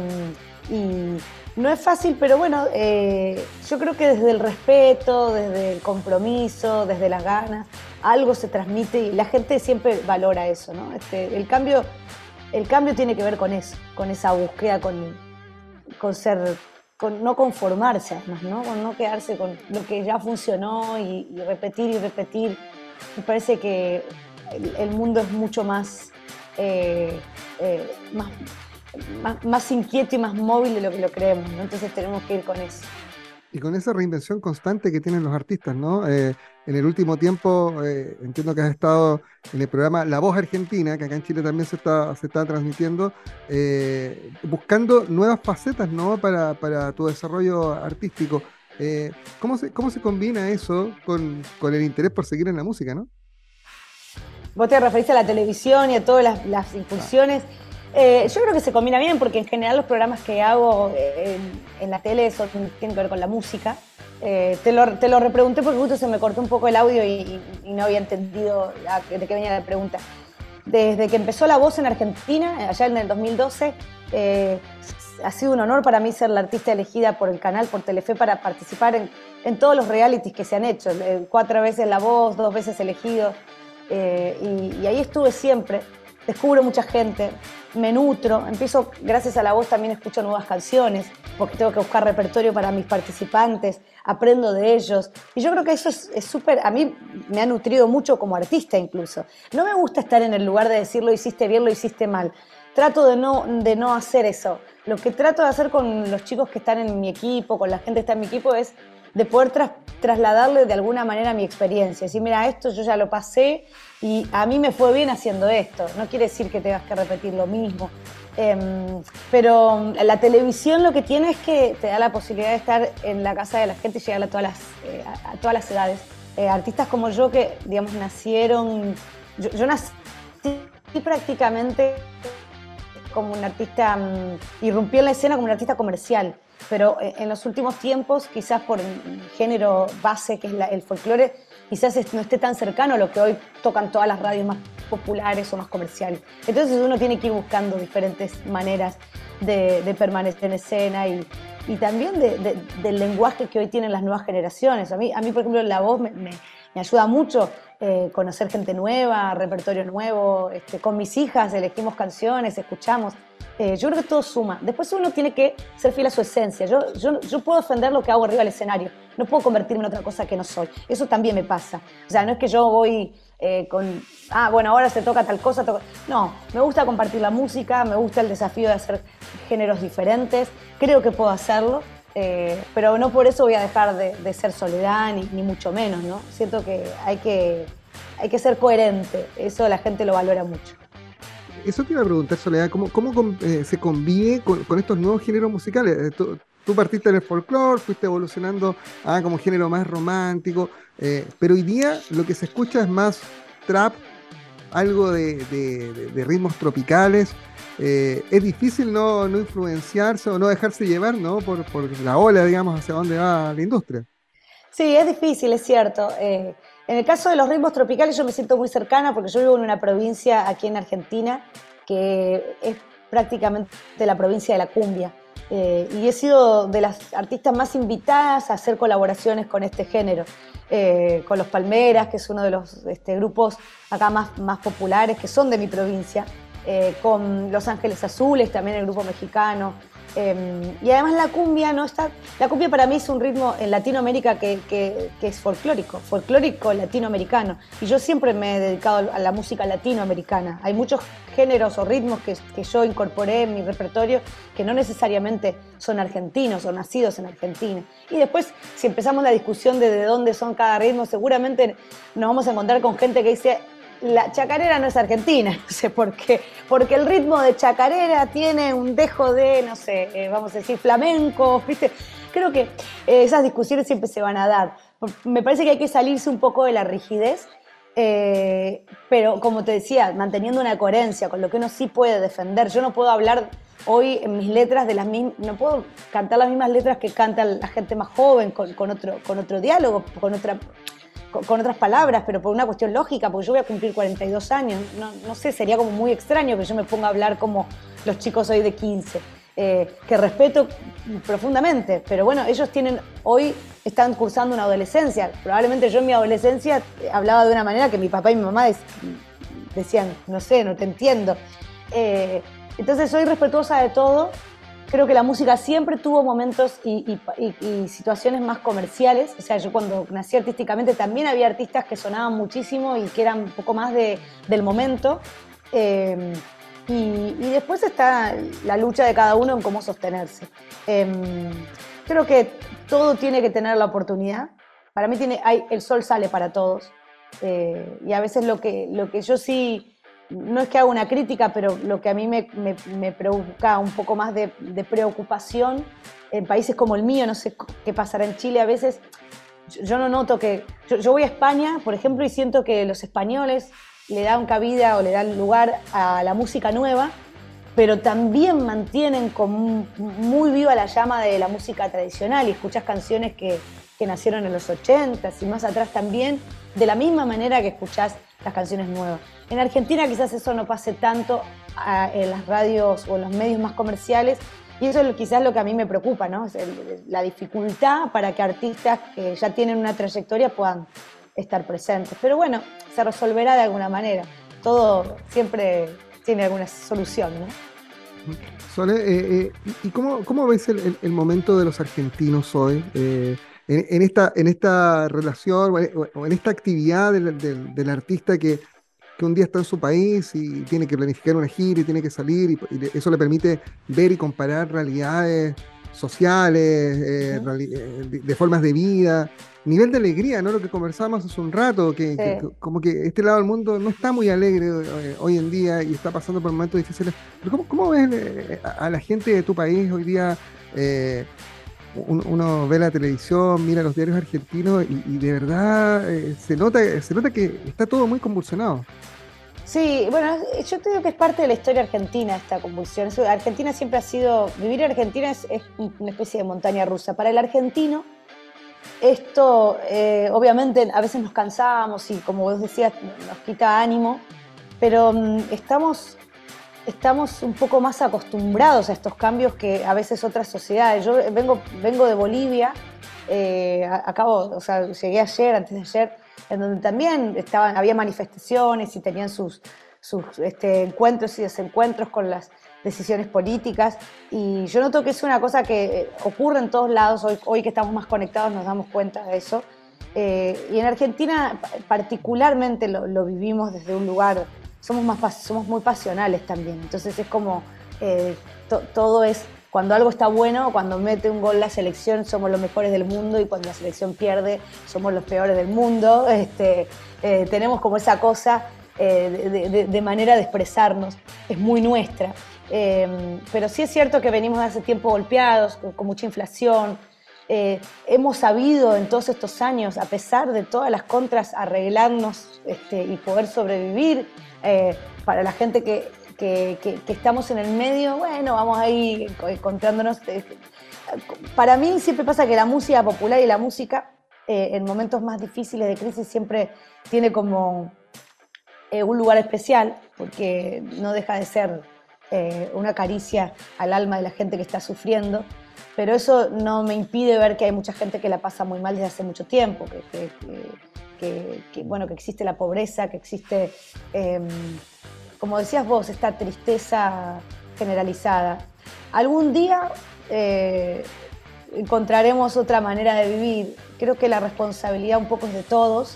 y no es fácil, pero bueno, eh, yo creo que desde el respeto, desde el compromiso, desde las ganas, algo se transmite y la gente siempre valora eso, ¿no? Este, el cambio, el cambio tiene que ver con eso, con esa búsqueda, con, con ser, con no conformarse además, ¿no? Con no quedarse con lo que ya funcionó y, y repetir y repetir. Me parece que el, el mundo es mucho más, eh, eh, más, más, más inquieto y más móvil de lo que lo creemos, ¿no? Entonces tenemos que ir con eso. Y con esa reinvención constante que tienen los artistas, ¿no? Eh, en el último tiempo, eh, entiendo que has estado en el programa La Voz Argentina, que acá en Chile también se está, se está transmitiendo, eh, buscando nuevas facetas, ¿no? Para, para tu desarrollo artístico. Eh, ¿cómo, se, ¿Cómo se combina eso con, con el interés por seguir en la música, no? Vos te referís a la televisión y a todas las, las impulsiones. Eh, yo creo que se combina bien porque en general los programas que hago eh, en, en la tele son, tienen que ver con la música. Eh, te, lo, te lo repregunté porque justo se me cortó un poco el audio y, y, y no había entendido a, de qué venía la pregunta. Desde que empezó La Voz en Argentina, allá en el dos mil doce, eh, ha sido un honor para mí ser la artista elegida por el canal, por Telefe, para participar en, en todos los realities que se han hecho. Eh, cuatro veces La Voz, dos veces elegido. Eh, y, y ahí estuve siempre. Descubro mucha gente, me nutro, empiezo, gracias a La Voz también escucho nuevas canciones, porque tengo que buscar repertorio para mis participantes, aprendo de ellos. Y yo creo que eso es súper, a mí me ha nutrido mucho como artista incluso. No me gusta estar en el lugar de decir lo hiciste bien, lo hiciste mal. Trato de no, de no hacer eso. Lo que trato de hacer con los chicos que están en mi equipo, con la gente que está en mi equipo, es de poder tras, trasladarle de alguna manera mi experiencia. Decir, mira, esto yo ya lo pasé y a mí me fue bien haciendo esto. No quiere decir que tengas que repetir lo mismo. Eh, pero la televisión lo que tiene es que te da la posibilidad de estar en la casa de la gente y llegar a todas las, eh, a, a todas las edades. Eh, artistas como yo que, digamos, nacieron... Yo, yo nací prácticamente como un artista... Um, irrumpí en la escena como un artista comercial. Pero en los últimos tiempos, quizás por el género base que es la, el folclore, quizás no esté tan cercano a lo que hoy tocan todas las radios más populares o más comerciales. Entonces uno tiene que ir buscando diferentes maneras de, de permanecer en escena y, y también de, de, del lenguaje que hoy tienen las nuevas generaciones. A mí, a mí por ejemplo, La Voz me, me, me ayuda mucho eh, conocer gente nueva, repertorio nuevo. Este, con mis hijas elegimos canciones, escuchamos. Eh, yo creo que todo suma. Después uno tiene que ser fiel a su esencia. Yo, yo, yo puedo defender lo que hago arriba del escenario. No puedo convertirme en otra cosa que no soy. Eso también me pasa. O sea, no es que yo voy eh, con... Ah, bueno, ahora se toca tal cosa. Toca... No, me gusta compartir la música, me gusta el desafío de hacer géneros diferentes. Creo que puedo hacerlo, eh, pero no por eso voy a dejar de, de ser Soledad, ni, ni mucho menos, ¿no? Siento que hay, que hay que ser coherente. Eso la gente lo valora mucho. Eso te iba a preguntar, Soledad, ¿cómo, cómo eh, se convive con, con estos nuevos géneros musicales? Eh, tú, tú partiste en el folclore, fuiste evolucionando a como género más romántico, eh, pero hoy día lo que se escucha es más trap, algo de, de, de, de ritmos tropicales. Eh, es difícil no, no influenciarse o no dejarse llevar, ¿no? Por, por la ola, digamos, hacia dónde va la industria. Sí, es difícil, es cierto. Eh, en el caso de los ritmos tropicales yo me siento muy cercana porque yo vivo en una provincia aquí en Argentina que es prácticamente la provincia de la cumbia. Eh, y he sido de las artistas más invitadas a hacer colaboraciones con este género. Eh, con los Palmeras, que es uno de los este, grupos acá más, más populares, que son de mi provincia. Eh, con Los Ángeles Azules, también el grupo mexicano. Eh, y además la cumbia no está... La cumbia para mí es un ritmo en Latinoamérica que, que, que es folclórico, folclórico latinoamericano. Y yo siempre me he dedicado a la música latinoamericana. Hay muchos géneros o ritmos que, que yo incorporé en mi repertorio que no necesariamente son argentinos o nacidos en Argentina. Y después, si empezamos la discusión de de dónde son cada ritmo, seguramente nos vamos a encontrar con gente que dice... La chacarera no es argentina, no sé por qué, porque el ritmo de chacarera tiene un dejo de, no sé, eh, vamos a decir, flamenco, ¿viste? Creo que eh, esas discusiones siempre se van a dar. Me parece que hay que salirse un poco de la rigidez, eh, pero como te decía, manteniendo una coherencia con lo que uno sí puede defender. Yo no puedo hablar hoy en mis letras de las mismas, no puedo cantar las mismas letras que canta la gente más joven, con, con, otro, con otro diálogo, con otra... con otras palabras, pero por una cuestión lógica, porque yo voy a cumplir cuarenta y dos años, no, no sé, sería como muy extraño que yo me ponga a hablar como los chicos hoy de quince, eh, que respeto profundamente, pero bueno, ellos tienen, hoy están cursando una adolescencia, probablemente yo en mi adolescencia hablaba de una manera que mi papá y mi mamá decían, no sé, no te entiendo, eh, entonces soy respetuosa de todo. Creo que la música siempre tuvo momentos y, y, y, y situaciones más comerciales. O sea, yo cuando nací artísticamente también había artistas que sonaban muchísimo y que eran un poco más de, del momento. Eh, y, y después está la lucha de cada uno en cómo sostenerse. Eh, creo que todo tiene que tener la oportunidad. Para mí tiene, hay, el sol sale para todos. Eh, y a veces lo que, lo que yo sí... No es que haga una crítica, pero lo que a mí me, me, me provoca un poco más de, de preocupación en países como el mío, no sé qué pasará en Chile a veces, yo, yo no noto que... Yo, yo voy a España, por ejemplo, y siento que los españoles le dan cabida o le dan lugar a la música nueva pero también mantienen como muy viva la llama de la música tradicional, y escuchás canciones que, que nacieron en los ochentas y más atrás también, de la misma manera que escuchás las canciones nuevas. En Argentina quizás eso no pase tanto a, en las radios o en los medios más comerciales, y eso es quizás lo que a mí me preocupa, ¿no? Es el, la dificultad para que artistas que ya tienen una trayectoria puedan estar presentes. Pero bueno, se resolverá de alguna manera. Todo siempre tiene alguna solución, ¿no? Sole, eh, eh, ¿y cómo, cómo ves el, el, el momento de los argentinos hoy? Eh, en, en, esta, en esta relación o en esta actividad del, del, del artista que, que un día está en su país y tiene que planificar una gira y tiene que salir, y, y eso le permite ver y comparar realidades sociales, eh, uh-huh. reali- de, de formas de vida, nivel de alegría, ¿no? Lo que conversábamos hace un rato, que, sí. que, que como que este lado del mundo no está muy alegre eh, hoy en día y está pasando por momentos difíciles. Pero ¿cómo, cómo ves eh, a, a la gente de tu país hoy día? Eh, uno, uno ve la televisión, mira los diarios argentinos y, y de verdad eh, se nota, se nota que está todo muy convulsionado. Sí, bueno, yo te digo que es parte de la historia argentina esta convulsión. Argentina siempre ha sido, vivir en Argentina es, es una especie de montaña rusa. Para el argentino, esto eh, obviamente a veces nos cansamos y, como vos decías, nos quita ánimo, pero um, estamos, estamos un poco más acostumbrados a estos cambios que a veces otras sociedades. Yo vengo, vengo de Bolivia, eh, acabo, o sea, llegué ayer, antes de ayer, en donde también estaban, había manifestaciones y tenían sus, sus este, encuentros y desencuentros con las decisiones políticas, y yo noto que es una cosa que ocurre en todos lados. Hoy, hoy que estamos más conectados nos damos cuenta de eso, eh, y en Argentina particularmente lo, lo vivimos desde un lugar, somos, más, somos muy pasionales también, entonces es como eh, to, todo es, cuando algo está bueno, cuando mete un gol la selección somos los mejores del mundo, y cuando la selección pierde somos los peores del mundo. Este, eh, tenemos como esa cosa eh, de, de, de manera de expresarnos, es muy nuestra. Eh, pero sí es cierto que venimos de hace tiempo golpeados, con, con mucha inflación. Eh, hemos sabido en todos estos años, a pesar de todas las contras, arreglarnos este, y poder sobrevivir. Eh, para la gente que, que, que, que estamos en el medio, bueno, vamos ahí encontrándonos. Para mí siempre pasa que la música popular y la música eh, en momentos más difíciles de crisis siempre tiene como eh, un lugar especial, porque no deja de ser eh, una caricia al alma de la gente que está sufriendo, pero eso no me impide ver que hay mucha gente que la pasa muy mal desde hace mucho tiempo, que, que, que, que, que, bueno, que existe la pobreza, que existe, eh, como decías vos, esta tristeza generalizada. Algún día eh, encontraremos otra manera de vivir. Creo que la responsabilidad un poco es de todos,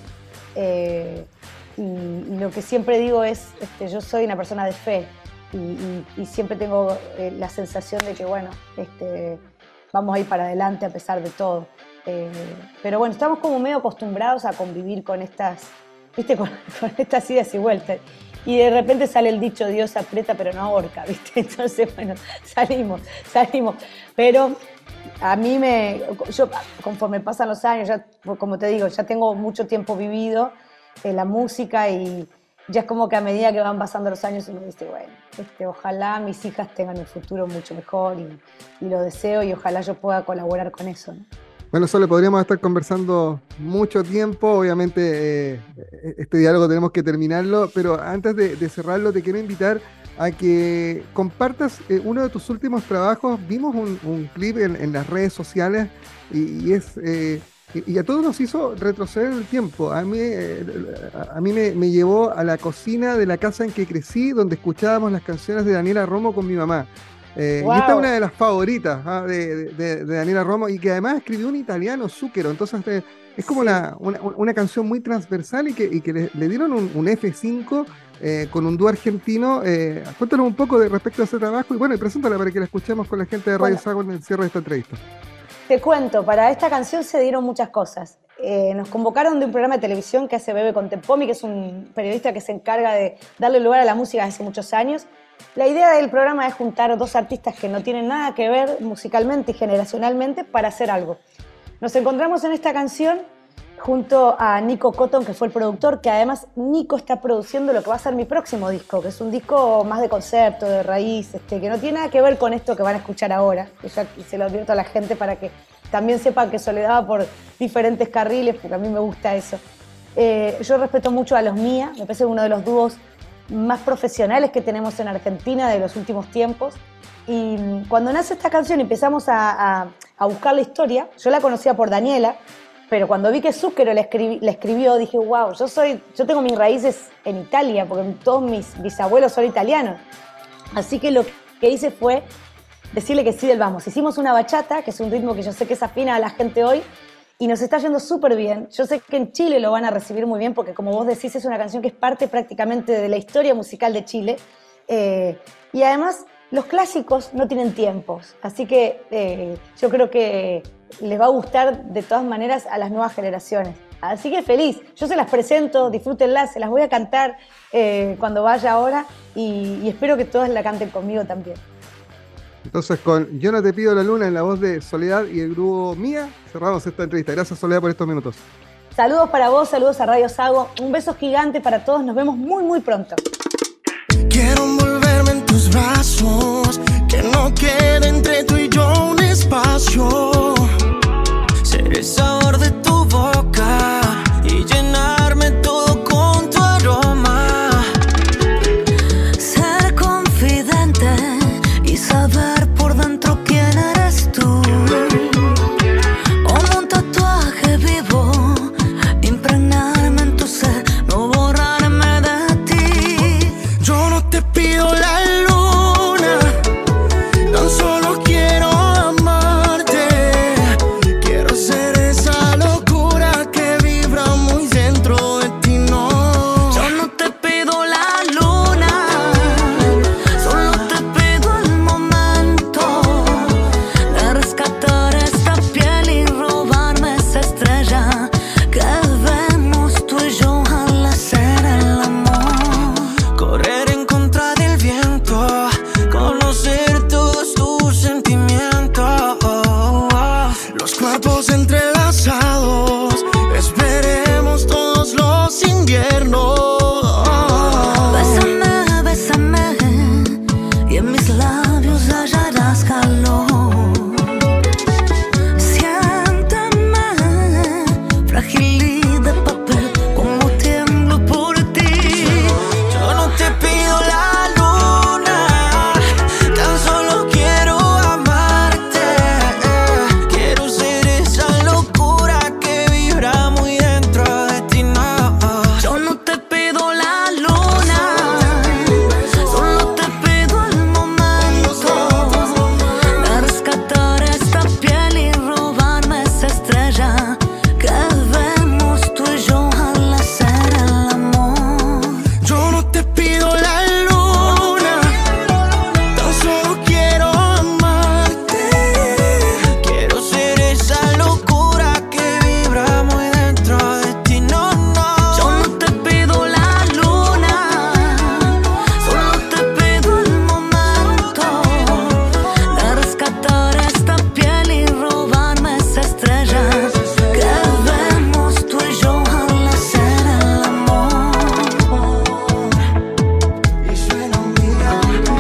eh, y, y lo que siempre digo es, este, yo soy una persona de fe, y, y, y siempre tengo eh, la sensación de que, bueno, este, vamos a ir para adelante a pesar de todo. Eh, pero bueno, estamos como medio acostumbrados a convivir con estas, ¿viste? Con, con estas idas y vueltas. Y de repente sale el dicho, Dios aprieta pero no ahorca, ¿viste? Entonces, bueno, salimos, salimos. Pero a mí me, yo conforme pasan los años, ya, como te digo, ya tengo mucho tiempo vivido en la música, y ya es como que a medida que van pasando los años uno dice, bueno, este, ojalá mis hijas tengan un futuro mucho mejor, y, y lo deseo, y ojalá yo pueda colaborar con eso, ¿no? Bueno, Sole, podríamos estar conversando mucho tiempo. Obviamente eh, este diálogo tenemos que terminarlo, pero antes de, de cerrarlo te quiero invitar a que compartas eh, uno de tus últimos trabajos. Vimos un, un clip en, en las redes sociales y, y es... Eh, y a todos nos hizo retroceder en el tiempo. A mí, a mí me, me llevó a la cocina de la casa en que crecí, donde escuchábamos las canciones de Daniela Romo con mi mamá. Eh, wow. Y esta es una de las favoritas ¿ah? de, de, de Daniela Romo, y que además escribió un italiano, Zucchero. Entonces eh, es como sí. la, una, una canción muy transversal, y que, y que le, le dieron un, un efe cinco eh, con un dúo argentino. Eh, cuéntanos un poco de respecto a ese trabajo, y bueno, y preséntala para que la escuchemos con la gente de Radio bueno. Sago en el cierre de esta entrevista. Te cuento, para esta canción se dieron muchas cosas. Eh, nos convocaron de un programa de televisión que hace Bebe con Tempomi, que es un periodista que se encarga de darle lugar a la música desde hace muchos años. La idea del programa es juntar dos artistas que no tienen nada que ver musicalmente y generacionalmente para hacer algo. Nos encontramos en esta canción junto a Nico Cotton, que fue el productor, que además Nico está produciendo lo que va a ser mi próximo disco, que es un disco más de concepto, de raíz, este, que no tiene nada que ver con esto que van a escuchar ahora, que ya se lo advierto a la gente para que también sepan que Soledad va por diferentes carriles, porque a mí me gusta eso. Eh, yo respeto mucho a Los Mía, me parece uno de los dúos más profesionales que tenemos en Argentina de los últimos tiempos. Y cuando nace esta canción y empezamos a, a, a buscar la historia, yo la conocía por Daniela, pero cuando vi que Zucchero la, escribi, la escribió, dije, wow, yo, soy, yo tengo mis raíces en Italia, porque todos mis bisabuelos son italianos. Así que lo que hice fue decirle que sí del vamos. Hicimos una bachata, que es un ritmo que yo sé que es afina a la gente hoy, y nos está yendo súper bien. Yo sé que en Chile lo van a recibir muy bien, porque como vos decís, es una canción que es parte prácticamente de la historia musical de Chile. Eh, y además, los clásicos no tienen tiempos, así que eh, yo creo que les va a gustar de todas maneras a las nuevas generaciones. Así que feliz, yo se las presento, disfrútenlas, se las voy a cantar eh, cuando vaya ahora y, y espero que todas la canten conmigo también. Entonces con Yo no te pido la luna en la voz de Soledad y el grupo Mía, cerramos esta entrevista. Gracias Soledad por estos minutos. Saludos para vos, saludos a Radio Sago, un beso gigante para todos, nos vemos muy muy pronto. Quiero envolverme en tus brazos, que no quede entre tú y yo un espacio. Ser el sabor de tu boca y llenarme todo con tu aroma. Ser confidente y saber por dentro quién eres tú. Como un tatuaje vivo, impregnarme en tu ser, no borrarme de ti. Yo no te pido la luna, tan solo quiero amarte. Quiero ser esa locura que vibra muy dentro de ti, no. Yo no te pido la luna, solo te pido el momento de rescatar esta piel y robarme esa estrella que vemos tú y yo al hacer el amor. Correr en contra del viento, conocer todos tus sentimientos. Los cuerpos entrelazados, esperemos todos los inviernos. Bésame, bésame, y en mis labios hallarás calor. Siénteme, frágil y de papel, como tiemblo por ti. Yo no te pido la luna, tan solo quiero amarte. Quiero ser esa locura que vibra muy dentro de ti, no. Yo no te pido la luna, solo te pido el momento de rescatar esta piel y robarme esa estrella que vemos tú y yo al hacer el amor. Yo no te pido la luna, tan solo quiero amarte. Quiero ser esa locura que vibra muy dentro de ti, no, no. Yo no te pido la luna, solo te pido el momento de rescatar esta piel y robarme esa estrella que vemos tú y yo al hacer el amor. Y suena un día,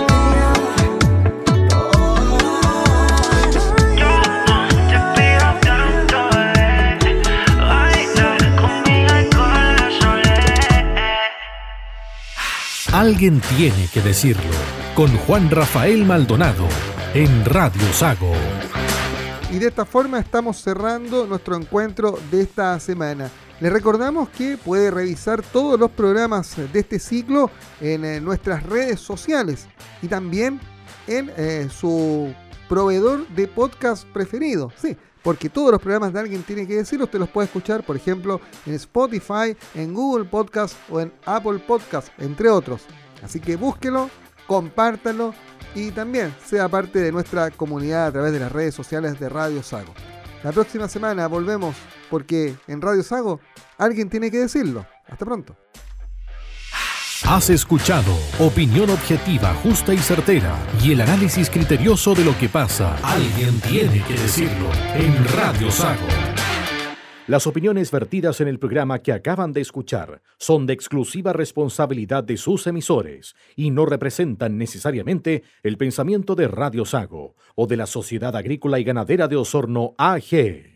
yo te pido tanto, bebé, bailar conmigo y con la soledad. Alguien tiene que decirlo. Con Juan Rafael Maldonado en Radio Sago. Y de esta forma estamos cerrando nuestro encuentro de esta semana. Les recordamos que puede revisar todos los programas de este ciclo en eh, nuestras redes sociales y también en eh, su proveedor de podcast preferido. Sí, porque todos los programas de Alguien Tiene que Decirlo usted los puede escuchar, por ejemplo, en Spotify, en Google Podcast o en Apple Podcast, entre otros. Así que búsquelo, compártanlo y también sea parte de nuestra comunidad a través de las redes sociales de Radio Sago. La próxima semana volvemos porque en Radio Sago alguien tiene que decirlo. Hasta pronto. Has escuchado opinión objetiva, justa y certera y el análisis criterioso de lo que pasa. Alguien tiene que decirlo en Radio Sago. Las opiniones vertidas en el programa que acaban de escuchar son de exclusiva responsabilidad de sus emisores y no representan necesariamente el pensamiento de Radio Sago o de la Sociedad Agrícola y Ganadera de Osorno A G.